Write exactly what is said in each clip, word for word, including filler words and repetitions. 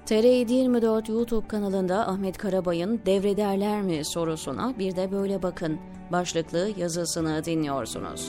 T R yedi yirmi dört YouTube kanalında Ahmet Karabay'ın "Devrederler mi?" sorusuna bir de böyle bakın başlıklı yazısını dinliyorsunuz.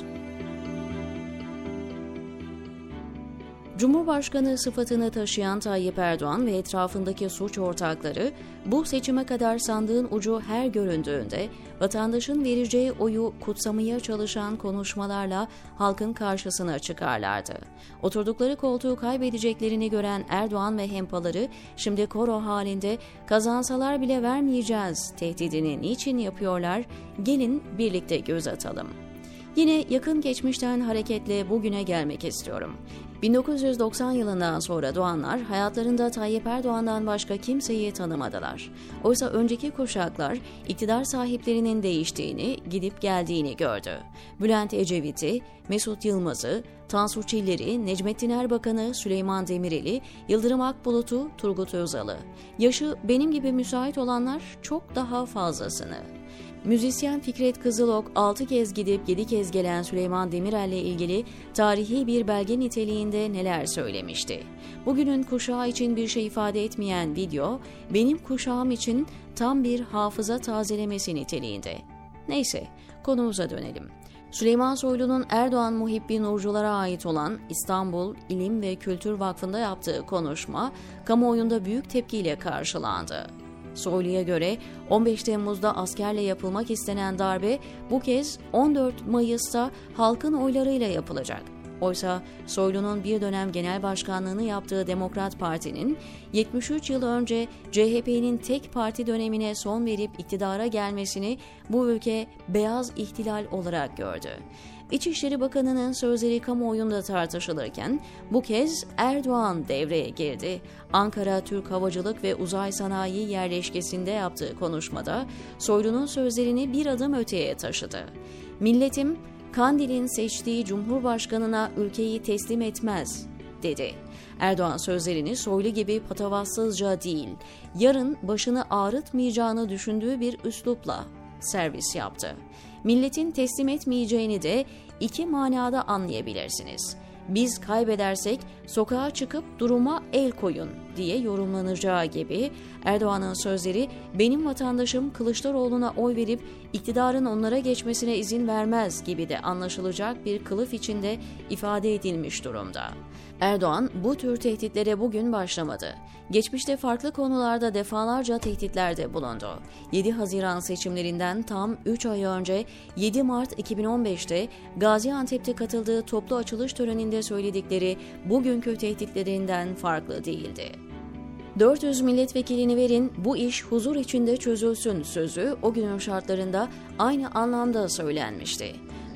Cumhurbaşkanı sıfatını taşıyan Tayyip Erdoğan ve etrafındaki suç ortakları bu seçime kadar sandığın ucu her göründüğünde vatandaşın vereceği oyu kutsamaya çalışan konuşmalarla halkın karşısına çıkarlardı. Oturdukları koltuğu kaybedeceklerini gören Erdoğan ve hempaları şimdi koro halinde kazansalar bile vermeyeceğiz tehdidini niçin yapıyorlar? Gelin birlikte göz atalım. Yine yakın geçmişten hareketle bugüne gelmek istiyorum. bin dokuz yüz doksan yılından sonra doğanlar hayatlarında Tayyip Erdoğan'dan başka kimseyi tanımadılar. Oysa önceki kuşaklar iktidar sahiplerinin değiştiğini, gidip geldiğini gördü. Bülent Ecevit'i, Mesut Yılmaz'ı, Tansu Çiller'i, Necmettin Erbakan'ı, Süleyman Demirel'i, Yıldırım Akbulut'u, Turgut Özal'ı. Yaşı benim gibi müsait olanlar çok daha fazlasını. Müzisyen Fikret Kızılok altı kez gidip yedi kez gelen Süleyman Demirel'le ilgili tarihi bir belge niteliğinde neler söylemişti. Bugünün kuşağı için bir şey ifade etmeyen video, benim kuşağım için tam bir hafıza tazelemesi niteliğinde. Neyse, konumuza dönelim. Süleyman Soylu'nun Erdoğan muhibbi nurculara ait olan İstanbul İlim ve Kültür Vakfı'nda yaptığı konuşma, kamuoyunda büyük tepkiyle karşılandı. Soylu'ya göre on beş Temmuz'da askerle yapılmak istenen darbe bu kez on dört Mayıs'ta halkın oylarıyla yapılacak. Oysa Soylu'nun bir dönem genel başkanlığını yaptığı Demokrat Parti'nin yetmiş üç yıl önce C H P'nin tek parti dönemine son verip iktidara gelmesini bu ülke beyaz ihtilal olarak gördü. İçişleri Bakanı'nın sözleri kamuoyunda tartışılırken bu kez Erdoğan devreye girdi. Ankara Türk Havacılık ve Uzay Sanayi Yerleşkesi'nde yaptığı konuşmada Soylu'nun sözlerini bir adım öteye taşıdı. "Milletim Kandil'in seçtiği Cumhurbaşkanına ülkeyi teslim etmez," dedi. Erdoğan sözlerini Soylu gibi patavatsızca değil, yarın başını ağrıtmayacağını düşündüğü bir üslupla servis yaptı. Milletin teslim etmeyeceğini de iki manada anlayabilirsiniz. "Biz kaybedersek sokağa çıkıp duruma el koyun," diye yorumlanacağı gibi Erdoğan'ın sözleri "benim vatandaşım Kılıçdaroğlu'na oy verip iktidarın onlara geçmesine izin vermez" gibi de anlaşılacak bir kılıf içinde ifade edilmiş durumda. Erdoğan bu tür tehditlere bugün başlamadı. Geçmişte farklı konularda defalarca tehditlerde bulundu. yedi Haziran seçimlerinden tam üç ay önce yedi Mart iki bin on beşte Gaziantep'te katıldığı toplu açılış töreninde söyledikleri bugünkü tehditlerinden farklı değildi. dört yüz milletvekilini verin, bu iş huzur içinde çözülsün sözü o günün şartlarında aynı anlamda söylenmişti.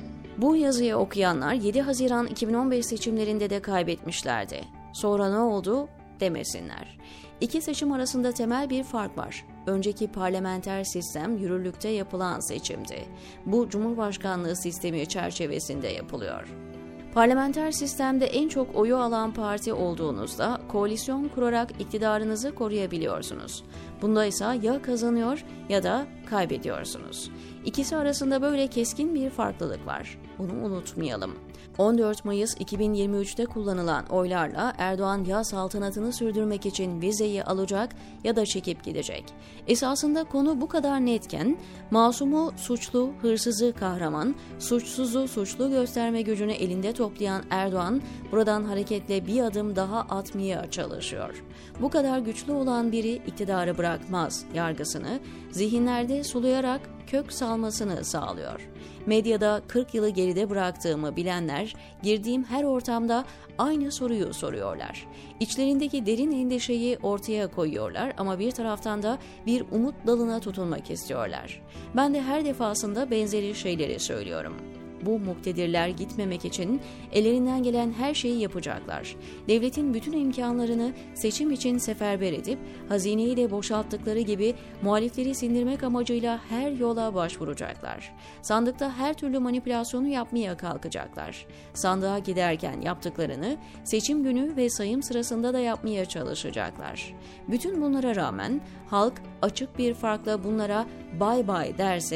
Bu yazıyı okuyanlar yedi Haziran iki bin on beş seçimlerinde de kaybetmişlerdi. Sonra ne oldu demesinler. İki seçim arasında temel bir fark var. Önceki parlamenter sistem yürürlükte yapılan seçimdi. Bu Cumhurbaşkanlığı sistemi çerçevesinde yapılıyor. Parlamenter sistemde en çok oyu alan parti olduğunuzda koalisyon kurarak iktidarınızı koruyabiliyorsunuz. Bunda ise ya kazanıyor ya da kaybediyorsunuz. İkisi arasında böyle keskin bir farklılık var. Bunu unutmayalım. on dört Mayıs iki bin yirmi üçte kullanılan oylarla Erdoğan ya saltanatını sürdürmek için vizeyi alacak ya da çekip gidecek. Esasında konu bu kadar netken masumu suçlu, hırsızı kahraman, suçsuzu suçlu gösterme gücünü elinde toplayan Erdoğan buradan hareketle bir adım daha atmaya çalışıyor. Bu kadar güçlü olan biri iktidarı bırakmaz yargısını zihinlerde sulayarak kök salmasını sağlıyor. Medyada kırk yılı geride bıraktığımı bilenler girdiğim her ortamda aynı soruyu soruyorlar. İçlerindeki derin endişeyi ortaya koyuyorlar ama bir taraftan da bir umut dalına tutunmak istiyorlar. Ben de her defasında benzeri şeyleri söylüyorum. Bu muktedirler gitmemek için ellerinden gelen her şeyi yapacaklar. Devletin bütün imkanlarını seçim için seferber edip hazineyi de boşalttıkları gibi muhalifleri sindirmek amacıyla her yola başvuracaklar. Sandıkta her türlü manipülasyonu yapmaya kalkacaklar. Sandığa giderken yaptıklarını seçim günü ve sayım sırasında da yapmaya çalışacaklar. Bütün bunlara rağmen halk açık bir farkla bunlara bay bay derse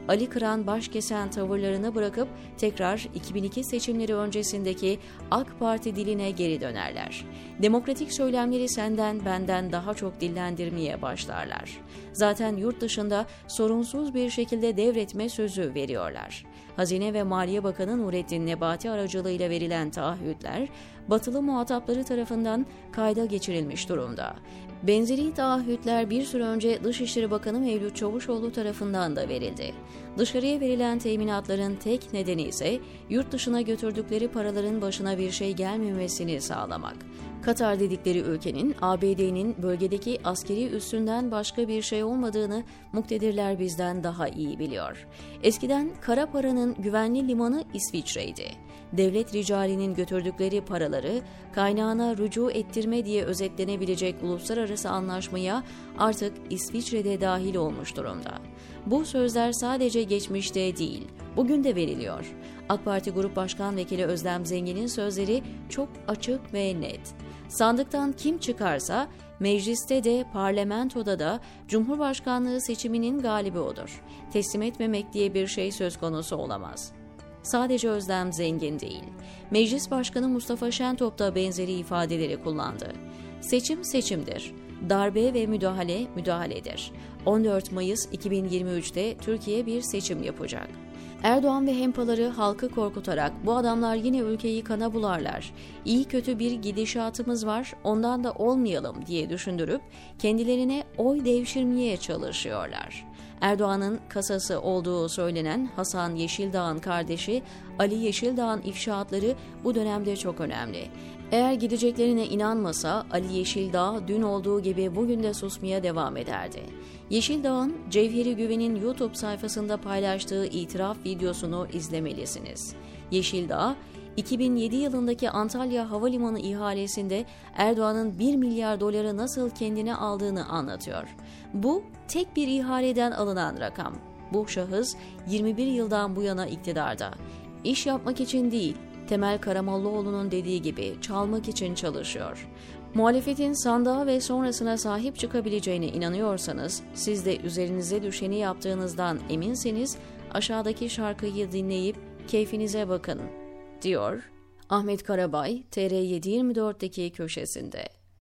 Ali Kıran baş kesen tavırlarını bırakıp tekrar iki bin iki seçimleri öncesindeki AK Parti diline geri dönerler. Demokratik söylemleri senden benden daha çok dillendirmeye başlarlar. Zaten yurt dışında sorunsuz bir şekilde devretme sözü veriyorlar. Hazine ve Maliye Bakanı Nurettin Nebati aracılığıyla verilen taahhütler, batılı muhatapları tarafından kayda geçirilmiş durumda. Benzeri taahhütler bir süre önce Dışişleri Bakanı Mevlüt Çavuşoğlu tarafından da verildi. Dışarıya verilen teminatların tek nedeni ise yurt dışına götürdükleri paraların başına bir şey gelmemesini sağlamak. Katar dedikleri ülkenin A B D'nin bölgedeki askeri üssünden başka bir şey olmadığını muktedirler bizden daha iyi biliyor. Eskiden kara paranın güvenli limanı İsviçre'ydi. Devlet ricalinin götürdükleri paraları kaynağına rücu ettirme diye özetlenebilecek uluslararası anlaşmaya artık İsviçre'de dahil olmuş durumda. Bu sözler sadece geçmişte değil, bugün de veriliyor. AK Parti Grup Başkan Vekili Özlem Zengin'in sözleri çok açık ve net. Sandıktan kim çıkarsa mecliste de parlamentoda da Cumhurbaşkanlığı seçiminin galibi odur. Teslim etmemek diye bir şey söz konusu olamaz. Sadece Özlem Zengin değil, Meclis Başkanı Mustafa Şentop da benzeri ifadeleri kullandı. Seçim seçimdir, darbe ve müdahale müdahaledir. on dört Mayıs iki bin yirmi üç'te Türkiye bir seçim yapacak. Erdoğan ve hempaları halkı korkutarak bu adamlar yine ülkeyi kana bularlar, iyi kötü bir gidişatımız var ondan da olmayalım diye düşündürüp kendilerine oy devşirmeye çalışıyorlar. Erdoğan'ın kasası olduğu söylenen Hasan Yeşildağ'ın kardeşi Ali Yeşildağ'ın ifşaatları bu dönemde çok önemli. Eğer gideceklerine inanmasa Ali Yeşildağ dün olduğu gibi bugün de susmaya devam ederdi. Yeşildağ'ın Cevheri Güven'in YouTube sayfasında paylaştığı itiraf videosunu izlemelisiniz. Yeşildağ, iki bin yedi yılındaki Antalya Havalimanı ihalesinde Erdoğan'ın bir milyar doları nasıl kendine aldığını anlatıyor. Bu tek bir ihaleden alınan rakam. Bu şahıs yirmi bir yıldan bu yana iktidarda. İş yapmak için değil, Temel Karamollaoğlu'nun dediği gibi çalmak için çalışıyor. Muhalefetin sandığa ve sonrasına sahip çıkabileceğine inanıyorsanız, siz de üzerinize düşeni yaptığınızdan eminseniz aşağıdaki şarkıyı dinleyip keyfinize bakın, diyor Ahmet Karabay T R yedi yirmi dört'teki köşesinde.